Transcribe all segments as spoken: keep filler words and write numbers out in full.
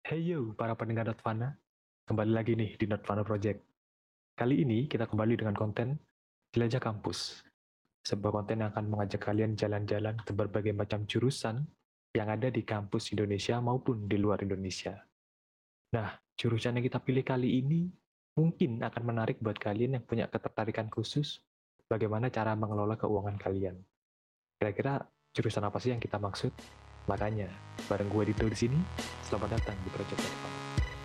Hey yo, para pendengar Notvana, kembali lagi nih di Notvana Project. Kali ini kita kembali dengan konten Jelajah Kampus, sebuah konten yang akan mengajak kalian jalan-jalan ke berbagai macam jurusan yang ada di kampus Indonesia maupun di luar Indonesia. Nah, jurusan yang kita pilih kali ini mungkin akan menarik buat kalian yang punya ketertarikan khusus bagaimana cara mengelola keuangan kalian. Kira-kira jurusan apa sih yang kita maksud? Makanya, bareng gue Dito di sini, selamat datang di Project Notvana.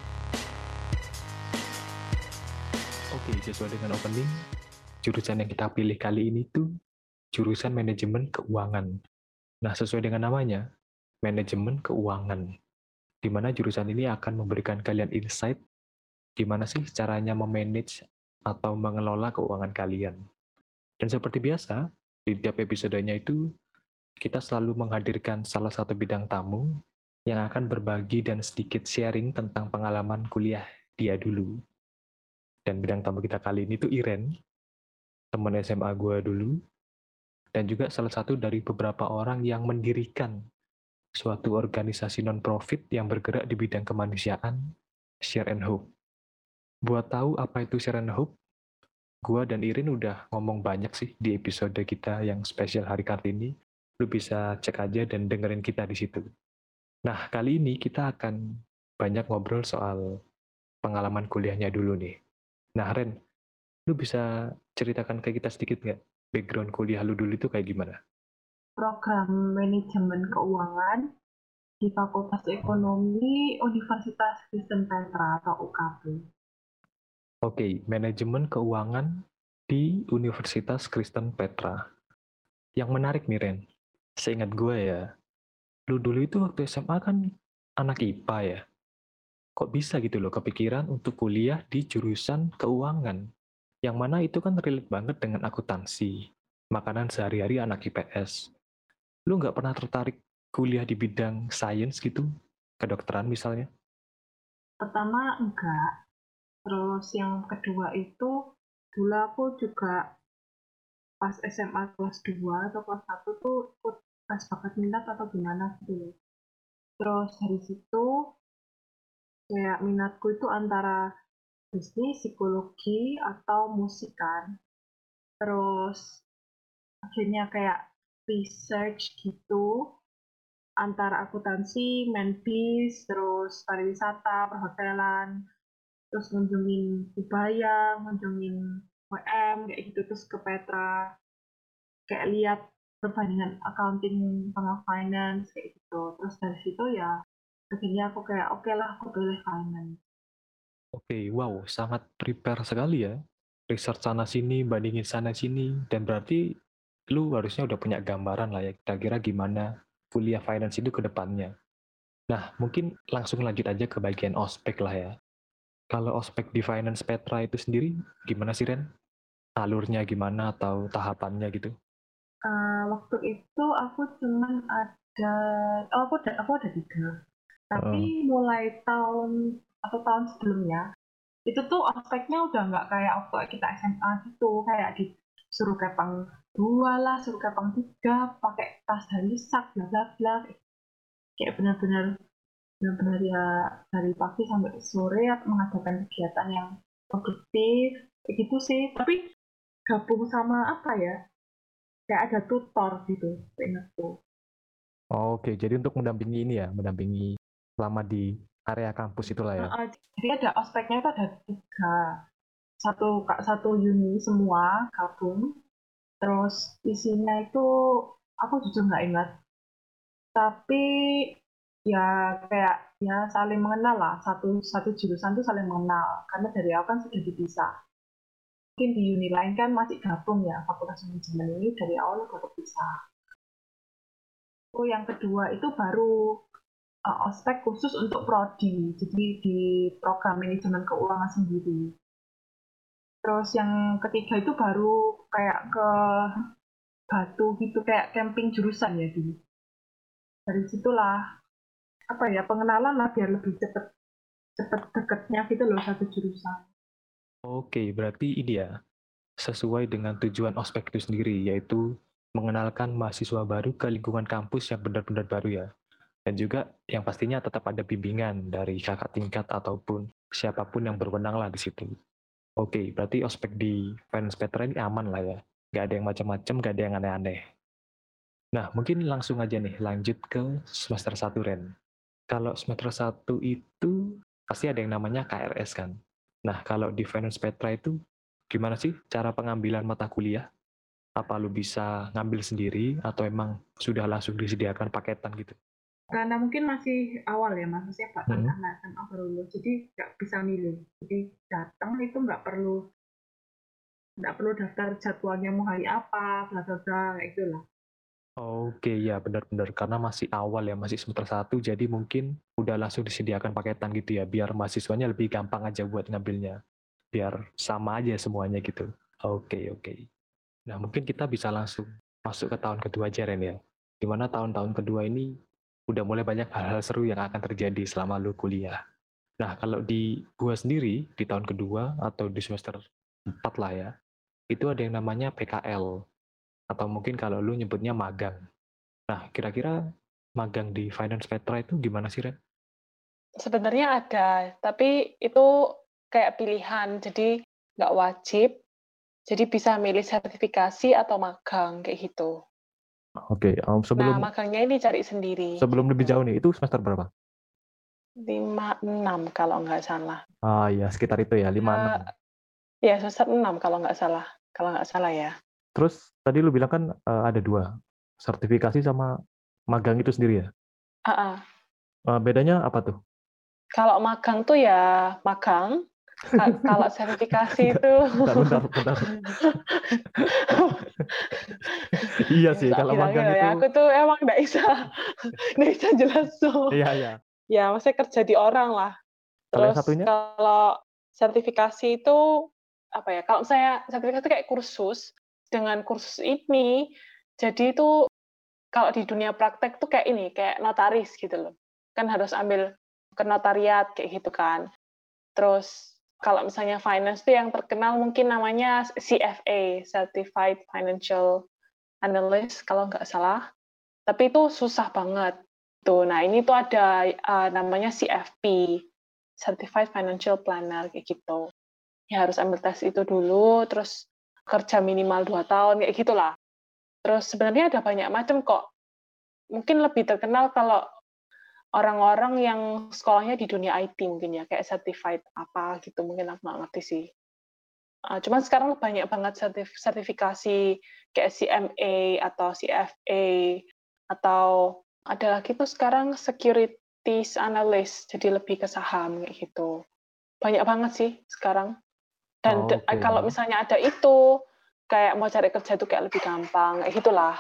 Oke, sesuai dengan opening, jurusan yang kita pilih kali ini tuh jurusan manajemen keuangan. Nah, sesuai dengan namanya, manajemen keuangan, di mana jurusan ini akan memberikan kalian insight gimana sih caranya memanage atau mengelola keuangan kalian. Dan seperti biasa, di tiap episodenya itu kita selalu menghadirkan salah satu bidang tamu yang akan berbagi dan sedikit sharing tentang pengalaman kuliah dia dulu. Dan bidang tamu kita kali ini tuh Iren, teman S M A gue dulu, dan juga salah satu dari beberapa orang yang mendirikan suatu organisasi non-profit yang bergerak di bidang kemanusiaan, Share and Hope. Buat tahu apa itu Share and Hope, gua dan Irin udah ngomong banyak sih di episode kita yang spesial Hari Kartini. Lu bisa cek aja dan dengerin kita di situ. Nah, kali ini kita akan banyak ngobrol soal pengalaman kuliahnya dulu nih. Nah, Ren, lu bisa ceritakan ke kita sedikit nggak? Background kuliah lu dulu itu kayak gimana? Program Manajemen Keuangan di Fakultas Ekonomi Universitas Kristen Petra atau U K P. Oke, manajemen keuangan di Universitas Kristen Petra. Yang menarik nih, Ren. Seingat gue ya, lu dulu itu waktu S M A kan anak I P A ya. Kok bisa gitu loh kepikiran untuk kuliah di jurusan keuangan? Yang mana itu kan relate banget dengan akuntansi, makanan sehari-hari anak I P S. Lu nggak pernah tertarik kuliah di bidang sains gitu? Kedokteran misalnya? Pertama enggak, terus yang kedua itu dulu aku juga pas S M A kelas dua atau kelas satu tuh ikut tes bakat minat atau gimana gitu. Terus dari situ kayak minatku itu antara bisnis, psikologi, atau musik kan. Terus akhirnya kayak research gitu antara akuntansi, menbis, terus pariwisata, perhotelan, terus ngunjungin Ubaya, ngunjungin W M, kayak gitu, terus ke Petra, kayak lihat perbandingan accounting sama finance, kayak gitu. Terus dari situ ya, akhirnya aku kayak, oke okay lah, aku pilih finance. Oke, wow, sangat prepare sekali ya. Research sana-sini, bandingin sana-sini, dan berarti lu harusnya udah punya gambaran lah ya, kira-kira gimana kuliah finance itu ke depannya. Nah, mungkin langsung lanjut aja ke bagian ospek lah ya. Kalau ospek di Finance Petra itu sendiri, gimana sih Ren? Alurnya gimana atau tahapannya gitu? Uh, waktu itu aku cuman ada, oh aku ada, aku ada tiga. Tapi Heeh. mulai tahun atau tahun sebelumnya, itu tuh aspeknya udah nggak kayak waktu kita S M A gitu, kayak disuruh kepang dua lah, suruh kepang tiga, pakai tas dari sak, bla bla bla, kayak benar-benar benar-benar ya dari pagi sampai sore mengadakan kegiatan yang produktif, kayak gitu sih. Tapi gabung sama apa ya, kayak ada tutor gitu, ingatku. Oke, jadi untuk mendampingi ini ya, mendampingi selama di area kampus itulah ya. Uh, jadi ada ospeknya itu ada tiga, satu satu uni semua gabung. Terus isinya itu aku jujur nggak ingat. Tapi ya kayak ya saling mengenal lah. Satu satu jurusan tuh saling mengenal. Karena dari awal kan sudah dipisah. Mungkin di uni lain kan masih gabung ya. Fakultas manajemen ini dari awal udah terpisah. Oh, yang kedua itu baru uh, ospek khusus untuk prodi. Jadi di program manajemen keuangan sendiri. Terus yang ketiga itu baru kayak ke Batu gitu, kayak camping jurusan ya dulu. Dari situlah apa ya pengenalan lah biar lebih cepet cepet deketnya gitu loh satu jurusan. Oke, berarti ini ya, sesuai dengan tujuan ospek itu sendiri, yaitu mengenalkan mahasiswa baru ke lingkungan kampus yang benar-benar baru ya. Dan juga yang pastinya tetap ada bimbingan dari kakak tingkat ataupun siapapun yang berwenang lah di situ. Oke, berarti ospek di Finance Petra ini aman lah ya. Nggak ada yang macam-macam, nggak ada yang aneh-aneh. Nah, mungkin langsung aja nih, lanjut ke semester satu Ren. Kalau semester satu itu pasti ada yang namanya K R S kan. Nah, kalau di Finance Petra itu gimana sih cara pengambilan mata kuliah? Apa lu bisa ngambil sendiri atau emang sudah langsung disediakan paketan gitu? Karena mungkin masih awal ya, maksudnya Pak Mm-mm. anak S M A baru lulus, jadi nggak bisa milih. Jadi datang itu nggak perlu nggak perlu daftar jadwalnya mau hari apa, bla bla bla, kayak gitu lah. Oke, ya benar-benar karena masih awal ya, masih semester satu, jadi mungkin udah langsung disediakan paketan gitu ya, biar mahasiswanya lebih gampang aja buat ngambilnya, biar sama aja semuanya gitu. Oke, oke. Nah, mungkin kita bisa langsung masuk ke tahun kedua aja Ren ya, dimana tahun-tahun kedua ini udah mulai banyak hal-hal seru yang akan terjadi selama lu kuliah. Nah, kalau di gua sendiri, di tahun kedua atau di semester empat lah ya, itu ada yang namanya P K L, atau mungkin kalau lu nyebutnya magang. Nah, kira-kira magang di Finance Petra itu gimana sih, Ren? Sebenarnya ada, tapi itu kayak pilihan, jadi nggak wajib. Jadi bisa milih sertifikasi atau magang, kayak gitu. Oke, um, Nah, sebelum magangnya ini cari sendiri, sebelum lebih gitu. jauh nih, itu semester berapa? lima enam kalau nggak salah. Ah ya, sekitar itu ya, lima Uh, enam. ya, semester enam kalau nggak salah. Kalau nggak salah ya. Terus tadi lu bilang kan eh, ada dua, sertifikasi sama magang itu sendiri ya? Ah, ah. Eh, bedanya apa tuh? Kalau magang tuh ya magang. Ka- Kalau sertifikasi itu Bentar, bentar, bentar. Iya ya sih, tak kalau magang bilangin loh itu, ya, aku tuh emang nggak bisa nggak bisa jelas tuh. iya, iya. Ya, maksudnya kerja di orang lah. Kalau yang Terus satunya? kalau sertifikasi itu apa ya? Kalau saya sertifikasi itu kayak kursus. Dengan kursus ini, jadi itu kalau di dunia praktek tuh kayak ini, kayak notaris gitu loh. Kan harus ambil ke notariat kayak gitu kan. Terus kalau misalnya finance tuh yang terkenal mungkin namanya C F A, Certified Financial Analyst kalau nggak salah. Tapi itu susah banget. Tuh, nah ini tuh ada uh, namanya C F P, Certified Financial Planner kayak gitu. Ya harus ambil tes itu dulu, terus kerja minimal dua tahun kayak gitulah. Terus sebenarnya ada banyak macam kok. Mungkin lebih terkenal kalau orang-orang yang sekolahnya di dunia I T mungkin ya, kayak certified apa gitu, mungkin aku nggak ngerti sih. Uh, cuman sekarang banyak banget sertif sertifikasi kayak C M A atau C F A atau ada lagi tuh sekarang securities analyst, jadi lebih ke saham kayak gitu. Banyak banget sih sekarang. Dan de- Oke. kalau misalnya ada itu, kayak mau cari kerja itu kayak lebih gampang, kayak gitulah.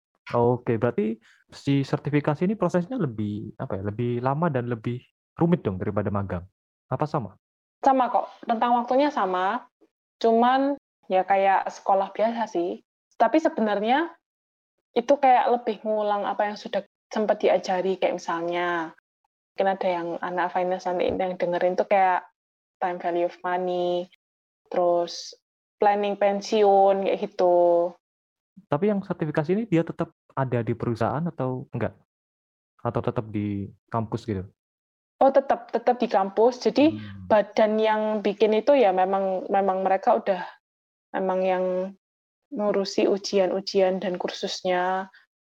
Oke, berarti si sertifikasi ini prosesnya lebih apa ya? Lebih lama dan lebih rumit dong daripada magang. Apa sama? Sama kok, tentang waktunya sama, cuman ya kayak sekolah biasa sih. Tapi sebenarnya itu kayak lebih ngulang apa yang sudah sempat diajari, kayak misalnya mungkin ada yang anak finance nanti yang dengerin tuh kayak time value of money, terus planning pensiun kayak gitu. Tapi yang sertifikasi ini dia tetap ada di perusahaan atau enggak? Atau tetap di kampus gitu? Oh, tetap tetap di kampus. Jadi Hmm. badan yang bikin itu ya memang memang mereka udah memang yang ngurusi ujian-ujian dan kursusnya.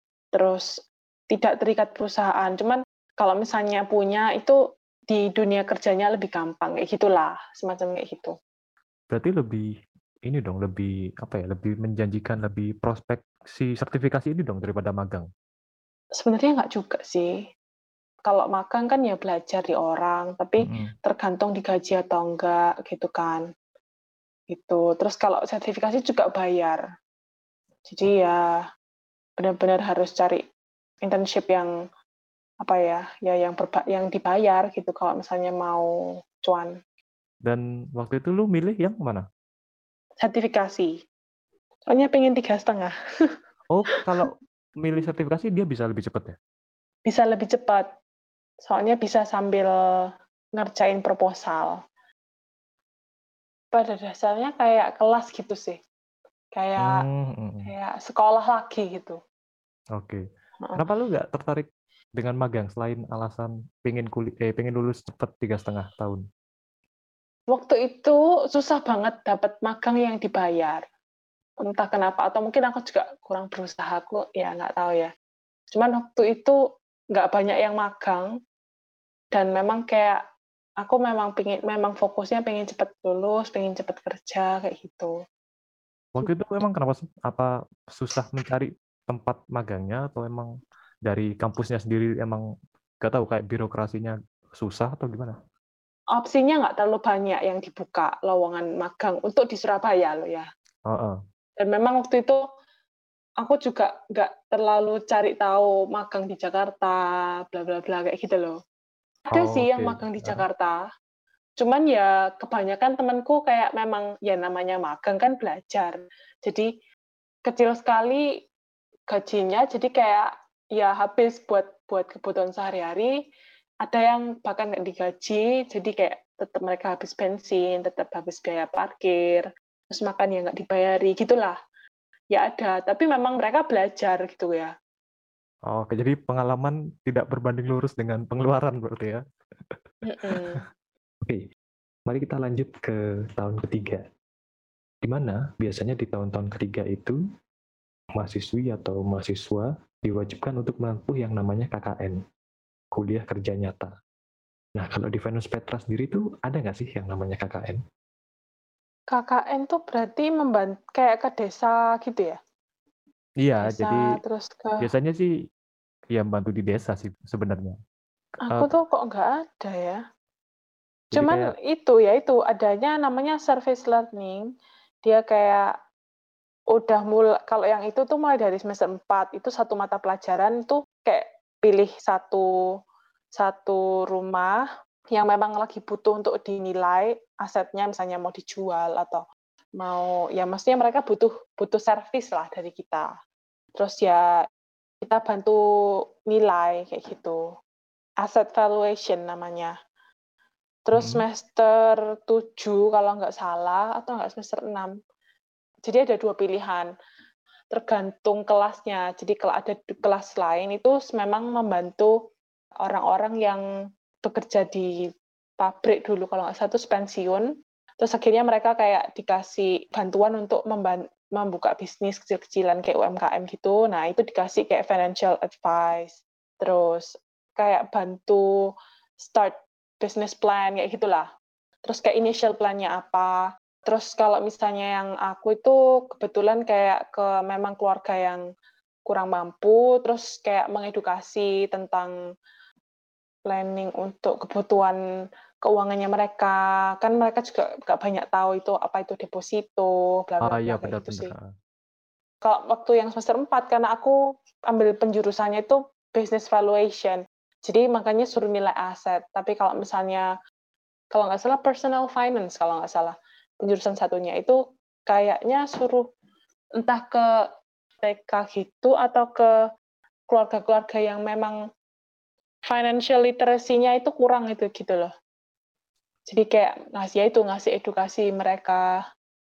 Terus tidak terikat perusahaan. Cuman kalau misalnya punya itu di dunia kerjanya lebih gampang kayak gitulah, semacam kayak gitu. Berarti lebih ini dong, lebih apa ya? Lebih menjanjikan, lebih prospek si sertifikasi ini dong daripada magang. Sebenarnya nggak juga sih. Kalau magang kan ya belajar di orang, tapi Mm-mm. tergantung digaji atau enggak gitu kan. Gitu. Terus kalau sertifikasi juga bayar. Jadi ya benar-benar harus cari internship yang apa ya, ya yang berba yang dibayar gitu kalau misalnya mau cuan. Dan waktu itu lu milih yang mana? Sertifikasi. Soalnya pengen tiga setengah. Oh, kalau milih sertifikasi dia bisa lebih cepat ya? Bisa lebih cepat. Soalnya bisa sambil ngerjain proposal. Pada dasarnya kayak kelas gitu sih. Kayak Hmm, mm, mm. kayak sekolah lagi gitu. Oke. Heeh. Kenapa lu nggak tertarik dengan magang selain alasan pengen kuliah eh pengen lulus cepet tiga setengah tahun? Waktu itu susah banget dapat magang yang dibayar. Entah kenapa, atau mungkin aku juga kurang berusaha, aku ya nggak tahu ya. Cuman waktu itu nggak banyak yang magang, dan memang kayak aku memang pengen, memang fokusnya pengen cepet lulus, pengen cepet kerja kayak gitu. Waktu itu emang kenapa sih? Apa susah mencari tempat magangnya atau emang dari kampusnya sendiri emang gak tahu kayak birokrasinya susah atau gimana? Opsinya nggak terlalu banyak yang dibuka lowongan magang untuk di Surabaya loh ya. Heeh. Dan memang waktu itu aku juga nggak terlalu cari tahu magang di Jakarta, bla bla bla kayak gitu loh. Ada Oh, sih yang oke. magang di Heeh. Jakarta. Cuman ya kebanyakan temanku kayak memang ya namanya magang kan belajar. Jadi kecil sekali gajinya, jadi kayak ya habis buat buat kebutuhan sehari-hari. Ada yang bahkan nggak digaji, jadi kayak tetap mereka habis bensin, tetap habis biaya parkir, terus makan yang nggak dibayari, gitulah. Ya ada, tapi memang mereka belajar gitu ya. Oh, oke. Jadi pengalaman tidak berbanding lurus dengan pengeluaran berarti ya. Mm-mm. Oke, mari kita lanjut ke tahun ketiga. Di mana biasanya di tahun-tahun ketiga itu mahasiswi atau mahasiswa diwajibkan untuk menempuh yang namanya K K N, kuliah kerja nyata. Nah, kalau di Venus Petra sendiri tuh ada nggak sih yang namanya K K N? K K N tuh berarti membantu kayak ke desa gitu ya? Iya, jadi Desa terus ke biasanya sih ya bantu di desa sih sebenarnya. aku Eh, tuh kok nggak ada ya. jadi Cuman kayak itu ya itu adanya namanya service learning. Dia kayak udah mulai kalau yang itu tuh mulai dari semester empat itu satu mata pelajaran tuh kayak pilih satu satu rumah yang memang lagi butuh untuk dinilai asetnya misalnya mau dijual atau mau ya maksudnya mereka butuh butuh servis lah dari kita. Terus ya kita bantu nilai kayak gitu. Asset valuation namanya. Terus mm, semester tujuh kalau nggak salah, atau nggak semester enam. Jadi ada dua pilihan, tergantung kelasnya. Jadi kalau ada kelas lain itu memang membantu orang-orang yang bekerja di pabrik dulu, kalau nggak salah terus pensiun. Terus akhirnya mereka kayak dikasih bantuan untuk membuka bisnis kecil-kecilan kayak U M K M gitu. Nah, itu dikasih kayak financial advice. Terus kayak bantu start business plan kayak gitulah. Terus kayak initial plan-nya apa. Terus kalau misalnya yang aku itu kebetulan kayak ke memang keluarga yang kurang mampu, terus kayak mengedukasi tentang planning untuk kebutuhan keuangannya mereka. Kan mereka juga nggak banyak tahu itu apa itu deposito, bla ah bla iya bla kayak gitu benar-benar. sih. Kalau waktu yang semester empat, karena aku ambil penjurusannya itu business valuation, jadi makanya suruh nilai aset. Tapi kalau misalnya, kalau nggak salah personal finance, kalau nggak salah, penjurusan satunya itu kayaknya suruh entah ke T K gitu atau ke keluarga-keluarga yang memang financial literacy-nya itu kurang itu gitu loh. Jadi kayak ngasih ya itu ngasih edukasi mereka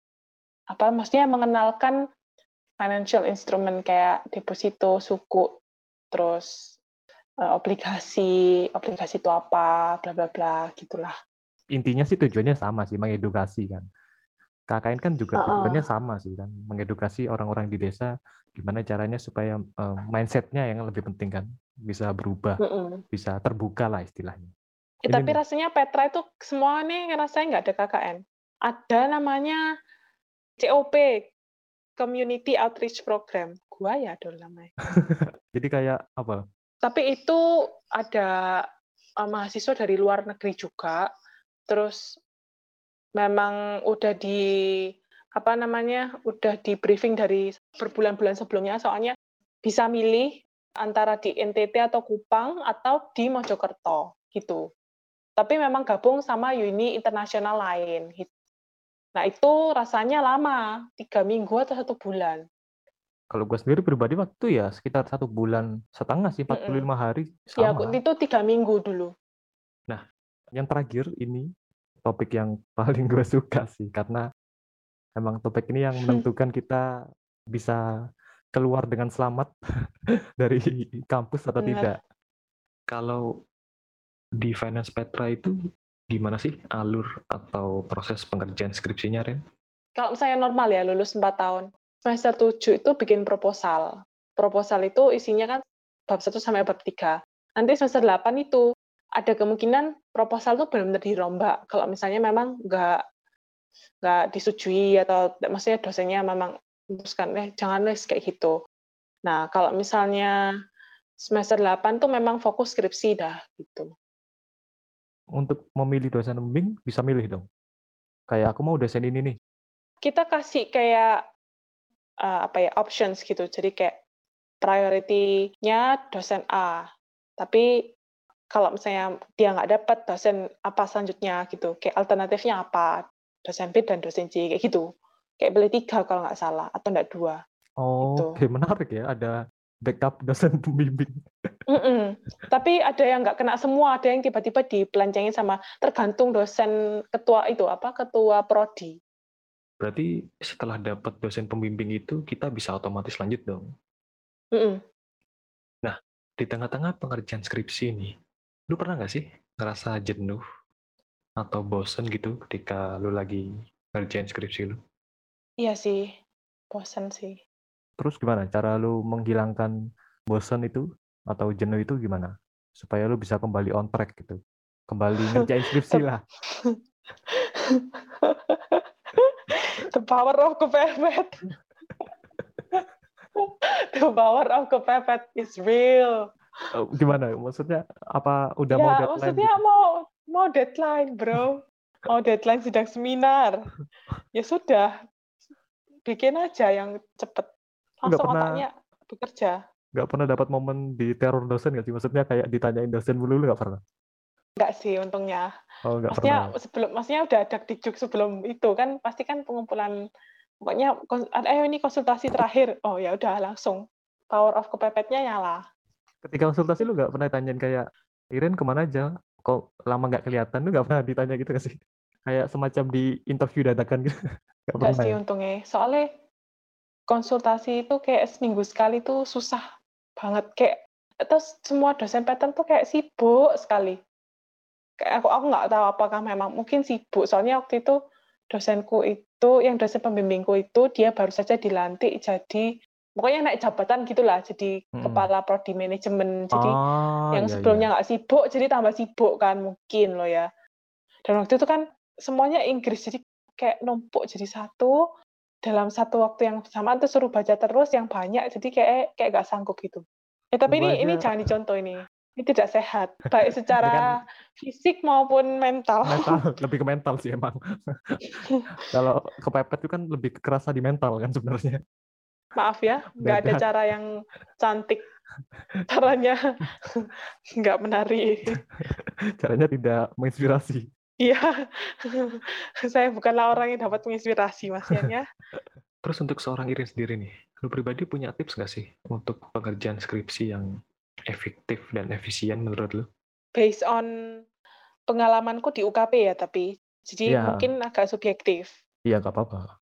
apa maksudnya mengenalkan financial instrument kayak deposito, suku, terus uh, obligasi, obligasi itu apa, bla bla bla gitulah. Intinya sih tujuannya sama sih, mengedukasi kan. K K N kan juga Uh-uh. tujuannya sama sih kan, mengedukasi orang-orang di desa gimana caranya supaya uh, mindsetnya yang lebih penting kan bisa berubah, Mm-mm. bisa terbuka lah istilahnya. Eh, Ini tapi nih, rasanya Petra itu semua nih rasanya nggak ada K K N. Ada namanya C O P, Community Outreach Program. Gua ya dulu namanya. jadi kayak apa? Tapi itu ada uh, mahasiswa dari luar negeri juga. Terus memang udah di apa namanya udah di briefing dari berbulan-bulan sebelumnya soalnya bisa milih antara di N T T atau Kupang atau di Mojokerto gitu. Tapi memang gabung sama uni internasional lain. Gitu. Nah itu rasanya lama, tiga minggu atau satu bulan. Kalau gue sendiri pribadi waktu ya sekitar satu bulan setengah sih, empat puluh Mm-mm. lima hari Ya aku sama. itu tiga minggu dulu. Nah, yang terakhir ini topik yang paling gue suka sih karena emang topik ini yang menentukan kita bisa keluar dengan selamat dari kampus atau Bener. tidak. Kalau di Finance Petra itu gimana sih alur atau proses pengerjaan skripsinya, Ren? Kalau misalnya normal ya, lulus empat tahun. Semester tujuh itu bikin proposal. Proposal itu isinya kan bab satu sampai bab tiga. Nanti semester delapan itu ada kemungkinan proposal itu benar-benar dirombak. Kalau misalnya memang nggak nggak disetujui atau maksudnya dosennya memang memutuskan, eh jangan les kayak gitu. Nah, kalau misalnya semester delapan tuh memang fokus skripsi dah gitu. Untuk memilih dosen pembimbing bisa milih dong. Kayak aku mau dosen ini nih. Kita kasih kayak uh, apa ya options gitu. Jadi kayak priority-nya dosen A. Tapi kalau misalnya dia nggak dapat dosen apa selanjutnya gitu, kayak alternatifnya apa, dosen B dan dosen C kayak gitu. Kayak beli tiga kalau nggak salah atau nggak dua. Oh, Gitu. oke, menarik ya. Ada backup dosen pembimbing. Mm-mm. Tapi ada yang nggak kena semua, ada yang tiba-tiba dipelencengin sama tergantung dosen ketua itu apa ketua prodi. Berarti setelah dapat dosen pembimbing itu kita bisa otomatis lanjut dong. Mm-mm. Nah, di tengah-tengah pengerjaan skripsi ini, lu pernah nggak sih ngerasa jenuh atau bosen gitu ketika lu lagi ngerjain skripsi lu? Iya sih, bosan sih. Terus gimana cara lu menghilangkan bosen itu atau jenuh itu gimana? Supaya lu bisa kembali on track gitu. Kembali ngerjain skripsi The, lah. the power of kepepet. The power of kepepet is real. Oh, gimana? Maksudnya apa udah mau Ya, deadline maksudnya gitu? mau mau deadline, bro. Mau deadline sidang seminar. Ya sudah, bikin aja yang cepet. Nggak Langsung pernah otaknya bekerja. nggak pernah dapat momen di teror dosen nggak sih? Maksudnya kayak ditanyain dosen mulu lu nggak pernah? Enggak sih untungnya. Oh, nggak pernah Maksudnya ya? sebelum maksudnya udah ada dijuk sebelum itu kan pasti kan pengumpulan pokoknya eh ini konsultasi terakhir. Oh ya udah langsung power of kepepetnya nyala. Ketika konsultasi lu nggak pernah tanyain kayak, Iren kemana aja? Kok lama nggak kelihatan? Lu nggak pernah ditanya gitu nggak sih? Kayak semacam di interview dadakan gitu. Nggak Enggak pernah sih ya? untungnya. Soalnya konsultasi itu kayak seminggu sekali tuh susah banget kayak terus semua dosen pattern tuh kayak sibuk sekali. Kayak aku aku nggak tahu apakah memang mungkin sibuk. Soalnya waktu itu dosenku itu yang dosen pembimbingku itu dia baru saja dilantik jadi pokoknya naik jabatan gitulah jadi Hmm. kepala prodi manajemen. Jadi Oh, yang iya iya. sebelumnya nggak sibuk jadi tambah sibuk kan mungkin loh ya. Dan waktu itu kan semuanya Inggris jadi kayak numpuk jadi satu dalam satu waktu yang bersamaan tuh suruh baca terus yang banyak jadi kayak kayak gak sanggup gitu. Ya tapi Tunggu ini ini aja. jangan dicontoh ini. Ini tidak sehat baik Ini kan secara fisik maupun mental. mental, lebih ke mental sih emang. Kalau kepepet itu kan lebih kerasa di mental kan sebenarnya. Maaf ya, nggak ada Beda. cara yang cantik. Caranya nggak menari. Caranya tidak menginspirasi. Iya, saya bukanlah orang yang dapat menginspirasi, Mas Yan ya. Terus untuk seorang Irin sendiri nih, lu pribadi punya tips nggak sih untuk pengerjaan skripsi yang efektif dan efisien menurut lu? Based on pengalamanku di U K P ya, tapi jadi Iya, mungkin agak subjektif. iya nggak apa-apa.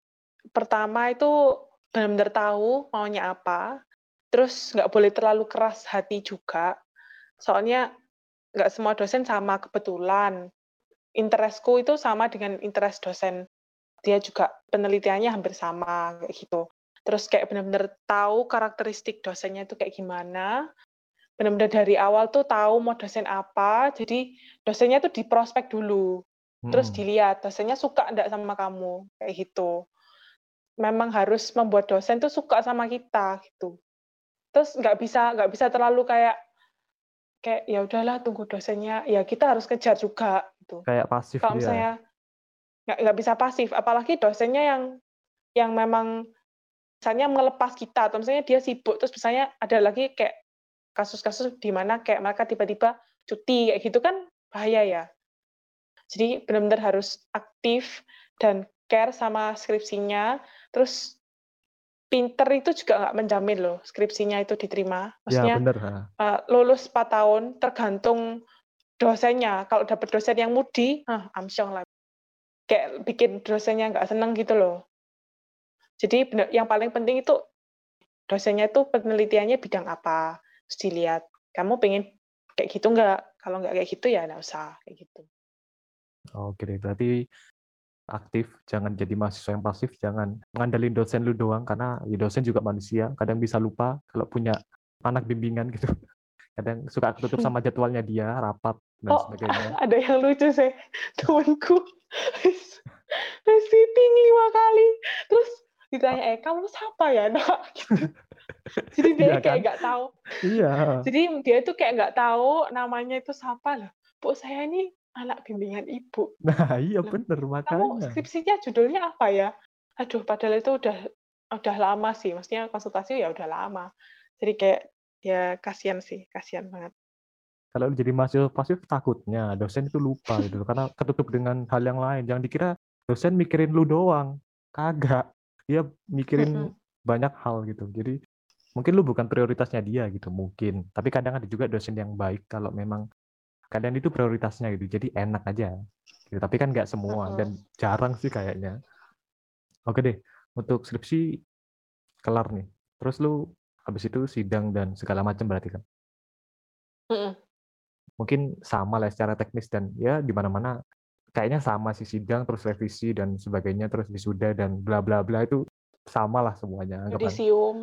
Pertama itu benar-benar tahu maunya apa, terus nggak boleh terlalu keras hati juga, soalnya nggak semua dosen sama kebetulan. Interestku itu sama dengan interest dosen. Dia juga penelitiannya hampir sama, kayak gitu. Terus kayak benar-benar tahu karakteristik dosennya itu kayak gimana, benar-benar dari awal tuh tahu mau dosen apa, jadi dosennya tuh diprospek dulu. Terus Mm-mm. dilihat dosennya suka enggak sama kamu, kayak gitu. Memang harus membuat dosen tuh suka sama kita gitu. Terus nggak bisa nggak bisa terlalu kayak kayak ya udahlah tunggu dosennya, ya kita harus kejar juga gitu. Kayak pasif Kalau dia ya. misalnya nggak nggak bisa pasif, apalagi dosennya yang yang memang misalnya melepas kita atau misalnya dia sibuk terus misalnya ada lagi kayak kasus-kasus di mana kayak mereka tiba-tiba cuti kayak gitu kan bahaya ya. Jadi benar-benar harus aktif dan care sama skripsinya. Terus pinter itu juga nggak menjamin loh skripsinya itu diterima. Ya Maksudnya bener. Ha. uh, lulus empat tahun tergantung dosennya. Kalau dapat dosen yang mudi, ah, amsyong lah. Kayak bikin dosennya nggak seneng gitu loh. Jadi bener, yang paling penting itu dosennya itu penelitiannya bidang apa. Terus dilihat, kamu pengen kayak gitu nggak? Kalau nggak kayak gitu ya nggak usah kayak gitu. Oke deh, berarti aktif, jangan jadi mahasiswa yang pasif, jangan ngandelin dosen lu doang, karena ya dosen juga manusia, kadang bisa lupa kalau punya anak bimbingan gitu. Kadang suka ketutup sama jadwalnya dia, rapat, dan Oh, sebagainya. ada yang lucu sih, temanku meeting lima kali, terus ditanya, eh kamu siapa ya nak? Gitu. Jadi dia Iya kayak kan? nggak tahu. Iya. Jadi dia itu kayak nggak tahu namanya itu siapa loh. Bu, saya ini anak bimbingan ibu. Nah, iya Loh, bener, kamu makanya. skripsinya judulnya apa ya? Aduh, padahal itu udah udah lama sih. Maksudnya konsultasi ya udah lama. Jadi kayak ya kasihan sih, kasihan banget. Kalau lu jadi mahasiswa pasif, takutnya dosen itu lupa gitu, karena ketutup dengan hal yang lain. Jangan dikira dosen mikirin lu doang. Kagak. Dia mikirin banyak hal gitu. Jadi mungkin lu bukan prioritasnya dia gitu, mungkin. Tapi kadang ada juga dosen yang baik kalau memang kadang itu prioritasnya gitu. Jadi enak aja. Gitu. Tapi kan nggak semua, dan jarang sih kayaknya. Oke deh, untuk skripsi kelar nih. Terus lu habis itu sidang dan segala macam berarti kan? Mm-mm. Mungkin sama lah secara teknis, dan ya di mana-mana kayaknya sama sih, sidang terus revisi dan sebagainya, terus wisuda dan bla bla bla, itu sama lah semuanya anggapan. Yudisium.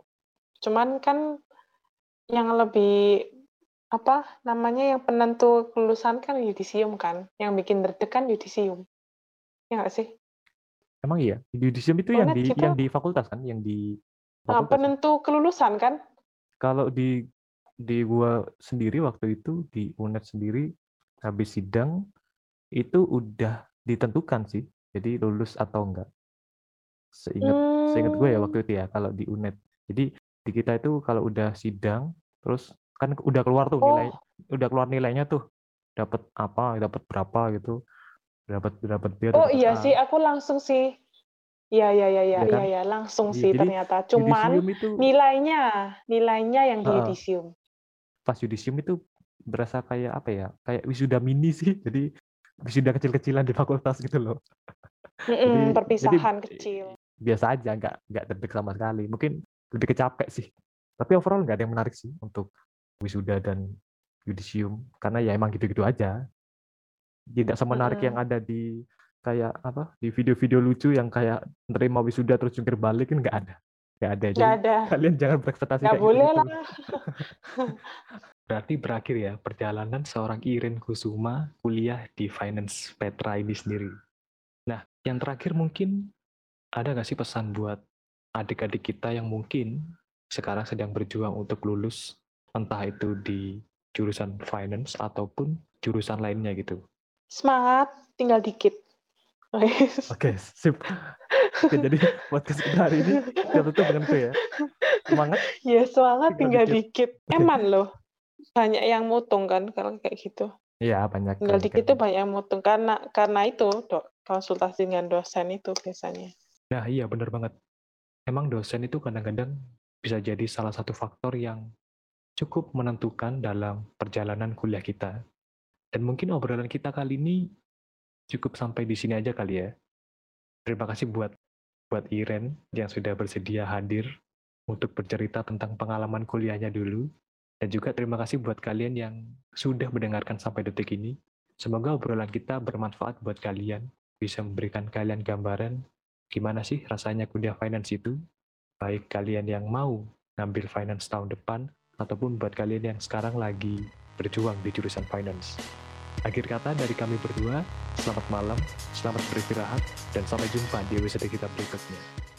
Cuman kan yang lebih apa namanya yang penentu kelulusan kan yudisium kan, yang bikin deg kan yudisium. Ya nggak sih? Emang iya, yudisium itu yang Unet di gitu, yang di fakultas kan, yang di nah, fakultas. penentu kelulusan kan? Kalau di di gua sendiri waktu itu di U N E D sendiri, habis sidang itu udah ditentukan sih, jadi lulus atau enggak. Seingat seingat gue ya Hmm. waktu itu ya, kalau di U N E D. Jadi di kita itu kalau udah sidang, terus kan udah keluar tuh nilai, Oh, udah keluar nilainya tuh, dapat apa, dapat berapa gitu, dapat dapat B atau oh dapat iya A, sih, aku langsung sih. Iya, iya, iya, iya, ya iya, kan? iya, langsung Iya, sih jadi ternyata. Cuman yudisium itu, nilainya, nilainya yang di uh, yudisium. pas yudisium itu berasa kayak apa ya, kayak wisuda mini sih, jadi wisuda kecil-kecilan di fakultas gitu loh. Jadi Mm-mm, jadi perpisahan kecil. biasa aja, nggak nggak deg sama sekali. Mungkin lebih kecapek sih. Tapi overall nggak ada yang menarik sih untuk wisuda dan yudisium, karena ya emang gitu-gitu aja. Tidak semenarik yang Mm-mm. ada di kayak apa, di video-video lucu yang kayak nerima wisuda terus jungkir balik, kan nggak ada. Nggak ada. Nggak Jadi ada. kalian jangan berekspektasi Nggak kayak boleh gitu-gitu. lah. Berarti berakhir ya perjalanan seorang Iren Kusuma kuliah di Finance Petra ini sendiri. Nah, yang terakhir mungkin ada nggak sih pesan buat adik-adik kita yang mungkin sekarang sedang berjuang untuk lulus, entah itu di jurusan finance ataupun jurusan lainnya gitu? Semangat, tinggal dikit. Oke, sip. Oke, jadi podcast kita hari ini kita tutup dengan itu ya. Semangat, Ya semangat, tinggal tinggal dikit. dikit. Eman loh. Banyak yang mutung kan kalau kayak gitu. Iya, banyak. Tinggal banyak. dikit tuh banyak yang mutung. Karena karena itu dok, konsultasi dengan dosen itu biasanya. Nah, iya benar banget. Emang dosen itu kadang-kadang bisa jadi salah satu faktor yang cukup menentukan dalam perjalanan kuliah kita. Dan mungkin obrolan kita kali ini cukup sampai di sini aja kali ya. Terima kasih buat buat Iren yang sudah bersedia hadir untuk bercerita tentang pengalaman kuliahnya dulu. Dan juga terima kasih buat kalian yang sudah mendengarkan sampai detik ini. Semoga obrolan kita bermanfaat buat kalian, bisa memberikan kalian gambaran gimana sih rasanya kuliah finance itu, baik kalian yang mau ngambil finance tahun depan, ataupun buat kalian yang sekarang lagi berjuang di jurusan finance. Akhir kata dari kami berdua, selamat malam, selamat beristirahat, dan sampai jumpa di episode kita berikutnya.